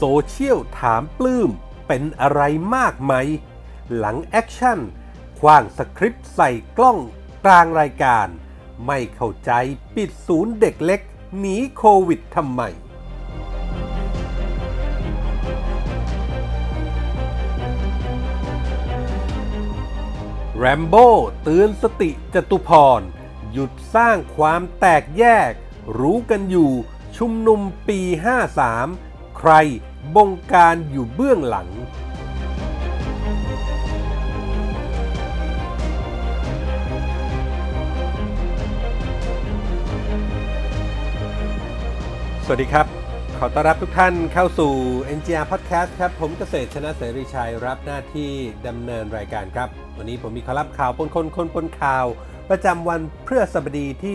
โซเชียลถามปลื้มเป็นอะไรมากไหมหลังแอคชั่นขว้างสคริปต์ใส่กล้องกลางรายการไม่เข้าใจปิดศูนย์เด็กเล็กหนีโควิดทำไมแรมโบ้เตือนสติจตุพรหยุดสร้างความแตกแยกรู้กันอยู่ชุมนุมปี 53 ใครบงการอยู่เบื้องหลังสวัสดีครับขอต้อนรับทุกท่านเข้าสู่ NGR Podcast ครับผมเกษตรชนะเสรีชัยรับหน้าที่ดำเนินรายการครับวันนี้ผมมีคอลัมน์ข่าวปนคนปนข่าวประจำวันพฤหัสบดีที่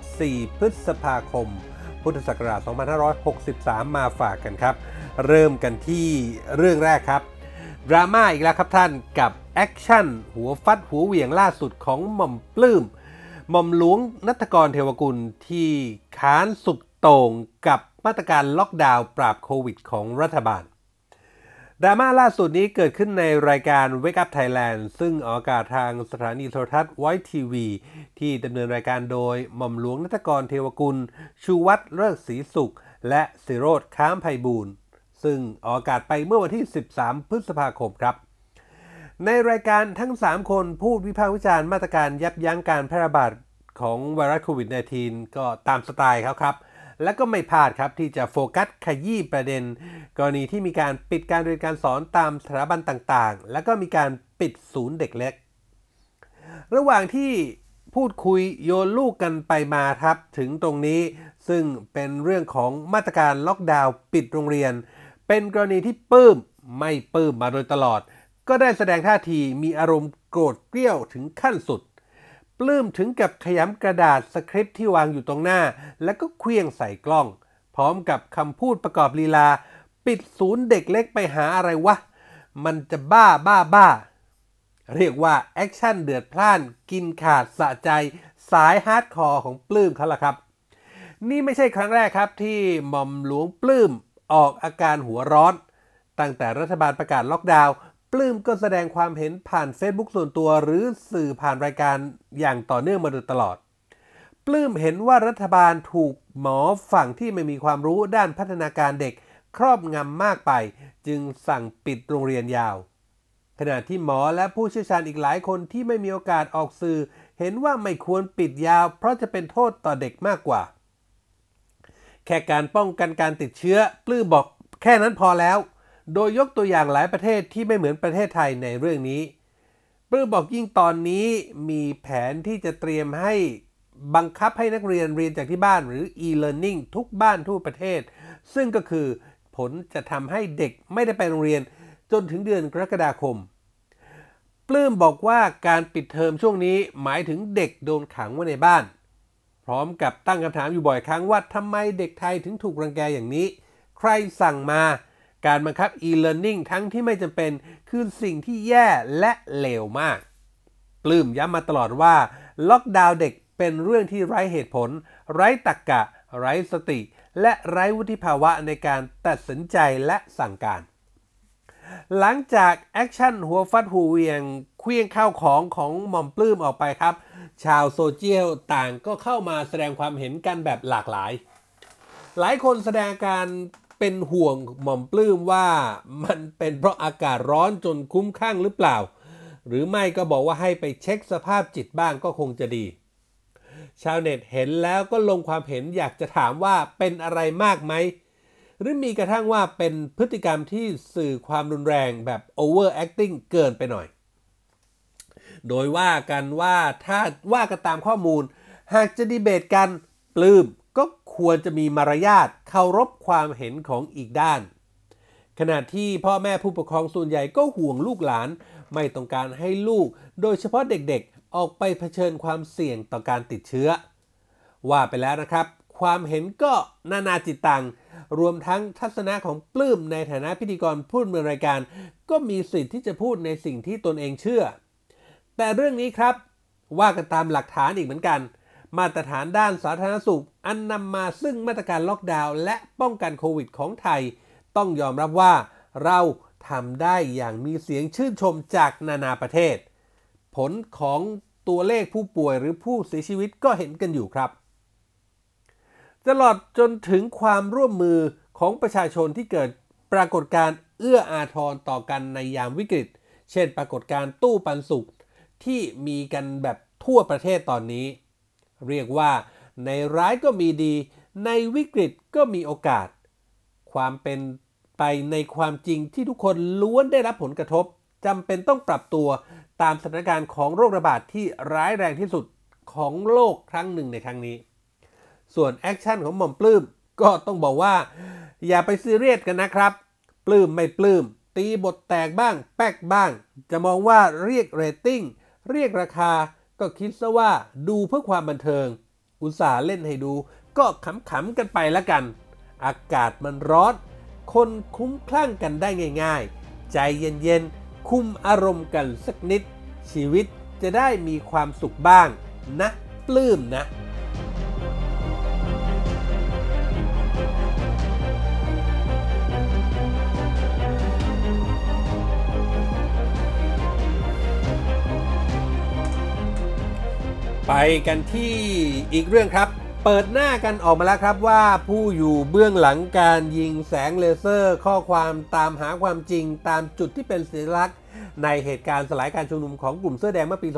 14 พฤษภาคมพุทธศักราช 2563 มาฝากกันครับเริ่มกันที่เรื่องแรกครับดราม่าอีกแล้วครับท่านกับแอคชั่นหัวฟัดหัวเหวี่ยงล่าสุดของหม่อมปลื้มหม่อมหลวงณัฐกรเทวกุลที่ค้านสุดโต่งกับมาตรการล็อกดาวน์ปราบโควิดของรัฐบาลดราม่าล่าสุดนี้เกิดขึ้นในรายการ Wake Up Thailand ซึ่งออกอากาศทางสถานีโทรทัศน์ Voice TV ที่ดำเนินรายการโดยหม่อมหลวงณัฐกรเทวกุลชูวัฒน์ฤกษ์ศรีสุขและศิโรจน์ค้ามไพบูลย์ซึ่งออกอากาศไปเมื่อวันที่ 13 พฤษภาคมครับในรายการทั้ง 3 คนพูดวิพากษ์วิจารณ์มาตรการยับยั้งการแพร่ระบาดของไวรัสโควิด -19 ก็ตามสไตล์เขาครับและก็ไม่พลาดครับที่จะโฟกัสขยี้ประเด็นกรณีที่มีการปิดการเรียนการสอนตามสถาบันต่างๆและก็มีการปิดศูนย์เด็กเล็กระหว่างที่พูดคุยโยนลูกกันไปมาครับถึงตรงนี้ซึ่งเป็นเรื่องของมาตรการล็อกดาวน์ปิดโรงเรียนเป็นกรณีที่ปลื้มไม่ปลื้มมาโดยตลอดก็ได้แสดงท่าทีมีอารมณ์โกรธเกรี้ยวถึงขั้นสุดปลื้มถึงกับขยำกระดาษสคริปต์ที่วางอยู่ตรงหน้าแล้วก็เคลื่องใส่กล้องพร้อมกับคำพูดประกอบลีลาปิดศูนย์เด็กเล็กไปหาอะไรวะมันจะบ้าเรียกว่าแอคชั่นเดือดพล่านกินขาดสะใจสายฮาร์ดคอร์ของปลื้มเขาล่ะครับนี่ไม่ใช่ครั้งแรกครับที่หม่อมหลวงปลื้มออกอาการหัวร้อนตั้งแต่รัฐบาลประกาศล็อกดาวน์ปลื้มก็แสดงความเห็นผ่าน Facebook ส่วนตัวหรือสื่อผ่านรายการอย่างต่อเนื่องมาโดยตลอดปลื้มเห็นว่ารัฐบาลถูกหมอฝั่งที่ไม่มีความรู้ด้านพัฒนาการเด็กครอบงำมากไปจึงสั่งปิดโรงเรียนยาวขณะที่หมอและผู้เชี่ยวชาญอีกหลายคนที่ไม่มีโอกาสออกสื่อเห็นว่าไม่ควรปิดยาวเพราะจะเป็นโทษต่อเด็กมากกว่าแค่การป้องกันการติดเชื้อปลื้มบอกแค่นั้นพอแล้วโดยยกตัวอย่างหลายประเทศที่ไม่เหมือนประเทศไทยในเรื่องนี้ปลื้มบอกยิ่งตอนนี้มีแผนที่จะเตรียมให้บังคับให้นักเรียนเรียนจากที่บ้านหรือ e-learning ทุกบ้านทั่วประเทศซึ่งก็คือผลจะทำให้เด็กไม่ได้ไปโรงเรียนจนถึงเดือนกรกฎาคมปลื้มบอกว่าการปิดเทอมช่วงนี้หมายถึงเด็กโดนขังไว้ในบ้านพร้อมกับตั้งคำถามอยู่บ่อยครั้งว่าทำไมเด็กไทยถึงถูกรังแกอย่างนี้ใครสั่งมาการบังคับ e-learning ทั้งที่ไม่จำเป็นคือสิ่งที่แย่และเลวมากปลื้มย้ำมาตลอดว่าล็อกดาวน์เด็กเป็นเรื่องที่ไร้เหตุผลไร้ตรรกะไร้สติและไร้วุฒิภาวะในการตัดสินใจและสั่งการหลังจากแอคชั่นหัวฟัดหัวเหวี่ยงเคลื่องข้าวของหม่อมปลื้มออกไปครับชาวโซเชียลต่างก็เข้ามาแสดงความเห็นกันแบบหลากหลายหลายคนแสดงการเป็นห่วงหม่อมปลื้มว่ามันเป็นเพราะอากาศร้อนจนคุ้มข้างหรือเปล่าหรือไม่ก็บอกว่าให้ไปเช็คสภาพจิตบ้างก็คงจะดีชาวเน็ตเห็นแล้วก็ลงความเห็นอยากจะถามว่าเป็นอะไรมากไหมหรือมีกระทั่งว่าเป็นพฤติกรรมที่สื่อความรุนแรงแบบ over acting เกินไปหน่อยโดยว่ากันว่าถ้าว่ากันตามข้อมูลหากจะดีเบตกันปลื้มก็ควรจะมีมารยาทเคารพความเห็นของอีกด้านขณะที่พ่อแม่ผู้ปกครองส่วนใหญ่ก็ห่วงลูกหลานไม่ต้องการให้ลูกโดยเฉพาะเด็กๆออกไปเผชิญความเสี่ยงต่อการติดเชื้อว่าไปแล้วนะครับความเห็นก็นานาจิตตังรวมทั้งทัศนะของปลื้มในฐานะพิธีกรผู้ดำเนินรายการก็มีสิทธิ์ที่จะพูดในสิ่งที่ตนเองเชื่อแต่เรื่องนี้ครับว่ากันตามหลักฐานอีกเหมือนกันมาตรฐานด้านสาธารณสุขอันนำมาซึ่งมาตรการล็อกดาวน์และป้องกันโควิดของไทยต้องยอมรับว่าเราทำได้อย่างมีเสียงชื่นชมจากนานาประเทศผลของตัวเลขผู้ป่วยหรือผู้เสียชีวิตก็เห็นกันอยู่ครับตลอดจนถึงความร่วมมือของประชาชนที่เกิดปรากฏการณ์เอื้ออาทรต่อกันในยามวิกฤตเช่นปรากฏการณ์ตู้ปันสุขที่มีกันแบบทั่วประเทศตอนนี้เรียกว่าในร้ายก็มีดีในวิกฤตก็มีโอกาสความเป็นไปในความจริงที่ทุกคนล้วนได้รับผลกระทบจำเป็นต้องปรับตัวตามสถานการณ์ของโรคระบาดที่ร้ายแรงที่สุดของโลกครั้งหนึ่งในครั้งนี้ส่วนแอคชั่นของหม่อมปลื้มก็ต้องบอกว่าอย่าไปซีเรียสกันนะครับปลื้มไม่ปลื้มตีบทแตกบ้างแป๊กบ้างจะมองว่าเรียกเรตติ้งเรียกราคาก็คิดซะว่าดูเพื่อความบันเทิงอุตส่าห์เล่นให้ดูก็ขำๆกันไปละกันอากาศมันร้อนคนคุ้มคลั่งกันได้ง่ายๆใจเย็นๆคุมอารมณ์กันสักนิดชีวิตจะได้มีความสุขบ้างนะปลื้มนะไปกันที่อีกเรื่องครับเปิดหน้ากันออกมาแล้วครับว่าผู้อยู่เบื้องหลังการยิงแสงเลเซอร์ข้อความตามหาความจริงตามจุดที่เป็นสัญลักษณ์ในเหตุการณ์สลายการชุมนุมของกลุ่มเสื้อแดงเมื่อปี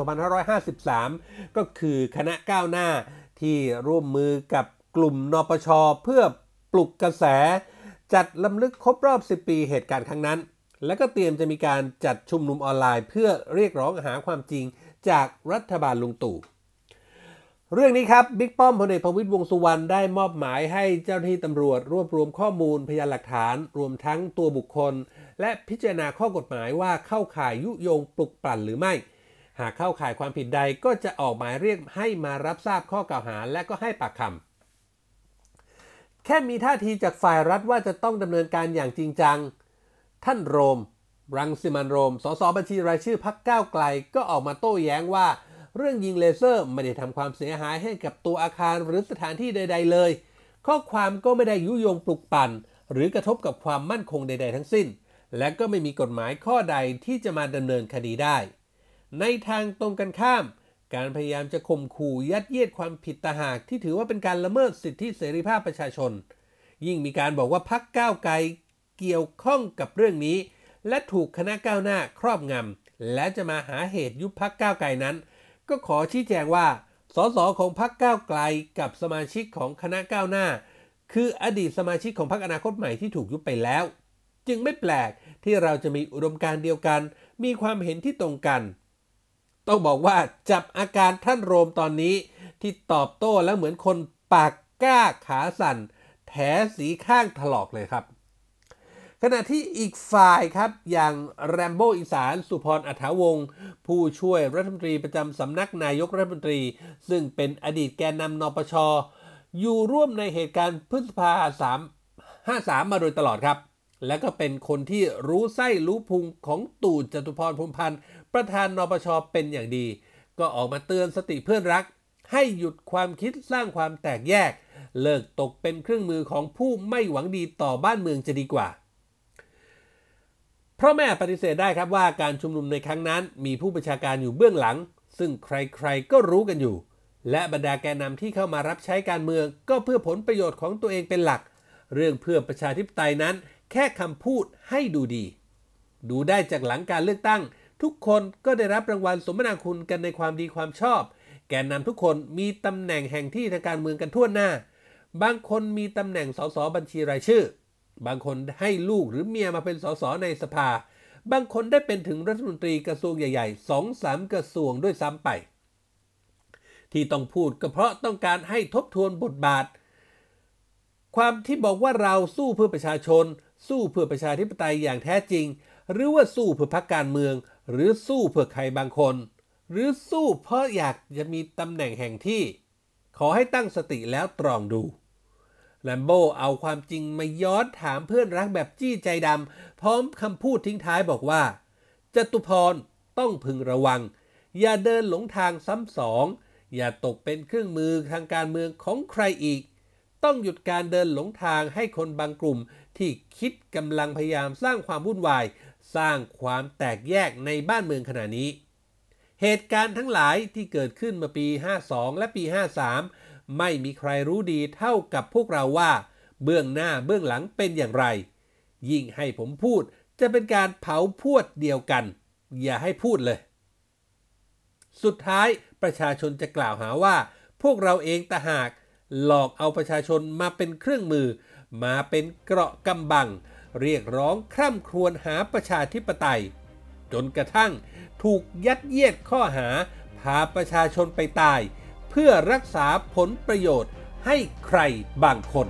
2553 ก็คือคณะก้าวหน้าที่ร่วมมือกับกลุ่มนปช.เพื่อปลุกกระแสจัดรำลึกครบรอบ 10 ปีเหตุการณ์ครั้งนั้นและก็เตรียมจะมีการจัดชุมนุมออนไลน์เพื่อเรียกร้องหาความจริงจากรัฐบาลลุงตู่เรื่องนี้ครับบิ๊กป้อมพลเอกประวิตรวงษ์สุวรรณได้มอบหมายให้เจ้าหน้าที่ตำรวจรวบรวมข้อมูลพยานหลักฐานรวมทั้งตัวบุคคลและพิจารณาข้อกฎหมายว่าเข้าข่ายยุยงปลุกปั่นหรือไม่หากเข้าข่ายความผิดใดก็จะออกหมายเรียกให้มารับทราบข้อกล่าวหาและก็ให้ปากคำแค่มีท่าทีจากฝ่ายรัฐว่าจะต้องดำเนินการอย่างจริงจังท่านโรมรังสิมันต์โรมสสบัญชีรายชื่อพรรคก้าวไกลก็ออกมาโต้แย้งว่าเรื่องยิงเลเซอร์ไม่ได้ทำความเสียหายให้กับตัวอาคารหรือสถานที่ใดๆเลยข้อความก็ไม่ได้ยุยงปลุกปั่นหรือกระทบกับความมั่นคงใดๆทั้งสิ้นและก็ไม่มีกฎหมายข้อใดที่จะมาดำเนินคดีได้ในทางตรงกันข้ามการพยายามจะข่มขู่ยัดเยียดความผิดต่างหากที่ถือว่าเป็นการละเมิดสิทธิเสรีภาพประชาชนยิ่งมีการบอกว่าพรรคก้าวไกลเกี่ยวข้องกับเรื่องนี้และถูกคณะก้าวหน้าครอบงำและจะมาหาเหตุยุบพรรคก้าวไกลนั้นก็ขอชี้แจงว่าสสของพรรคก้าวไกลกับสมาชิกของคณะก้าวหน้าคืออดีตสมาชิกของพรรคอนาคตใหม่ที่ถูกยุบไปแล้วจึงไม่แปลกที่เราจะมีอุดมการณ์เดียวกันมีความเห็นที่ตรงกันต้องบอกว่าจับอาการท่านโรมตอนนี้ที่ตอบโต้แล้วเหมือนคนปากกล้าขาสั่นแถสีข้างถลอกเลยครับขณะที่อีกฝ่ายครับอย่างแรมโบ้อีสานสุพรอัฏฐาวงศ์ผู้ช่วยรัฐมนตรีประจำสำนักนายกรัฐมนตรีซึ่งเป็นอดีตแกนนำนปช.อยู่ร่วมในเหตุการณ์พฤษภา53มาโดยตลอดครับและก็เป็นคนที่รู้ไส้รู้พุงของตู่จตุพรพรหมพันธ์ประธานนปช.เป็นอย่างดีก็ออกมาเตือนสติเพื่อนรักให้หยุดความคิดสร้างความแตกแยกเลิกตกเป็นเครื่องมือของผู้ไม่หวังดีต่อบ้านเมืองจะดีกว่าเพราะไม่อาจปฏิเสธได้ครับว่าการชุมนุมในครั้งนั้นมีผู้บัญชาการอยู่เบื้องหลังซึ่งใครๆก็รู้กันอยู่และบรรดาแกนนำที่เข้ามารับใช้การเมืองก็เพื่อผลประโยชน์ของตัวเองเป็นหลักเรื่องเพื่อประชาธิปไตยนั้นแค่คำพูดให้ดูดีดูได้จากหลังการเลือกตั้งทุกคนก็ได้รับรางวัลสมนาคุณกันในความดีความชอบแกนนำทุกคนมีตำแหน่งแห่งที่ทางการเมืองกันทั่วหน้าบางคนมีตำแหน่งสสบัญชีรายชื่อบางคนให้ลูกหรือเมียมาเป็นสสในสภาบางคนได้เป็นถึงรัฐมนตรีกระทรวงใหญ่ๆ 2-3 กระทรวงด้วยซ้ำไปที่ต้องพูดก็เพราะต้องการให้ทบทวนบทบาทความที่บอกว่าเราสู้เพื่อประชาชนสู้เพื่อประชาธิปไตยอย่างแท้จริงหรือว่าสู้เพื่อพรรคการเมืองหรือสู้เพื่อใครบางคนหรือสู้เพราะอยากจะมีตำแหน่งแห่งที่ขอให้ตั้งสติแล้วตรองดูแลมโบ้เอาความจริงมาย้อนถามเพื่อนรักแบบจี้ใจดำพร้อมคำพูดทิ้งท้ายบอกว่าจตุพรต้องพึงระวังอย่าเดินหลงทางซ้ำสองอย่าตกเป็นเครื่องมือทางการเมืองของใครอีกต้องหยุดการเดินหลงทางให้คนบางกลุ่มที่คิดกำลังพยายามสร้างความวุ่นวายสร้างความแตกแยกในบ้านเมืองขณะนี้เหตุการณ์ทั้งหลายที่เกิดขึ้นมาปี52และปี53ไม่มีใครรู้ดีเท่ากับพวกเราว่าเบื้องหน้าเบื้องหลังเป็นอย่างไรยิ่งให้ผมพูดจะเป็นการเผาพวดเดียวกันอย่าให้พูดเลยสุดท้ายประชาชนจะกล่าวหาว่าพวกเราเองต่างหากหลอกเอาประชาชนมาเป็นเครื่องมือมาเป็นเกราะกำบังเรียกร้องคร่ำครวญหาประชาธิปไตยจนกระทั่งถูกยัดเยียดข้อหาพาประชาชนไปตายเพื่อรักษาผลประโยชน์ให้ใครบางคน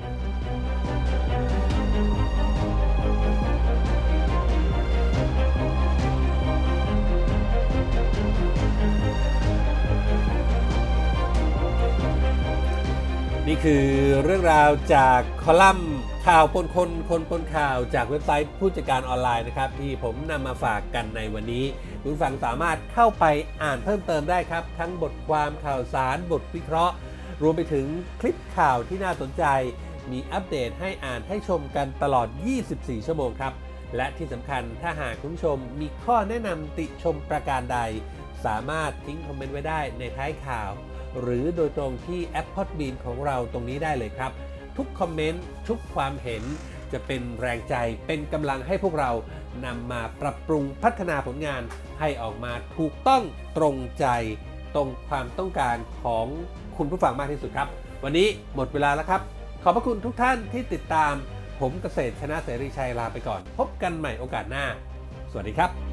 นี่คือเรื่องราวจากคอลัมน์ข่าวปนคนปนข่าวจากเว็บไซต์ผู้จัดการออนไลน์นะครับที่ผมนำมาฝากกันในวันนี้คุณฟังสามารถเข้าไปอ่านเพิ่มเติมได้ครับทั้งบทความข่าวสารบทวิเคราะห์รวมไปถึงคลิปข่าวที่น่าสนใจมีอัปเดตให้อ่านให้ชมกันตลอด24ชั่วโมงครับและที่สำคัญถ้าหากคุณผู้ชมมีข้อแนะนำติชมประการใดสามารถทิ้งคอมเมนต์ไว้ได้ในท้ายข่าวหรือโดยตรงที่แอป Podbean ของเราตรงนี้ได้เลยครับทุกคอมเมนต์ทุกความเห็นจะเป็นแรงใจเป็นกำลังให้พวกเรานำมาปรับปรุงพัฒนาผลงานให้ออกมาถูกต้องตรงใจตรงความต้องการของคุณผู้ฟังมากที่สุดครับวันนี้หมดเวลาแล้วครับขอบพระคุณทุกท่านที่ติดตามผมเกษตรชนะเสรีชัยลาไปก่อนพบกันใหม่โอกาสหน้าสวัสดีครับ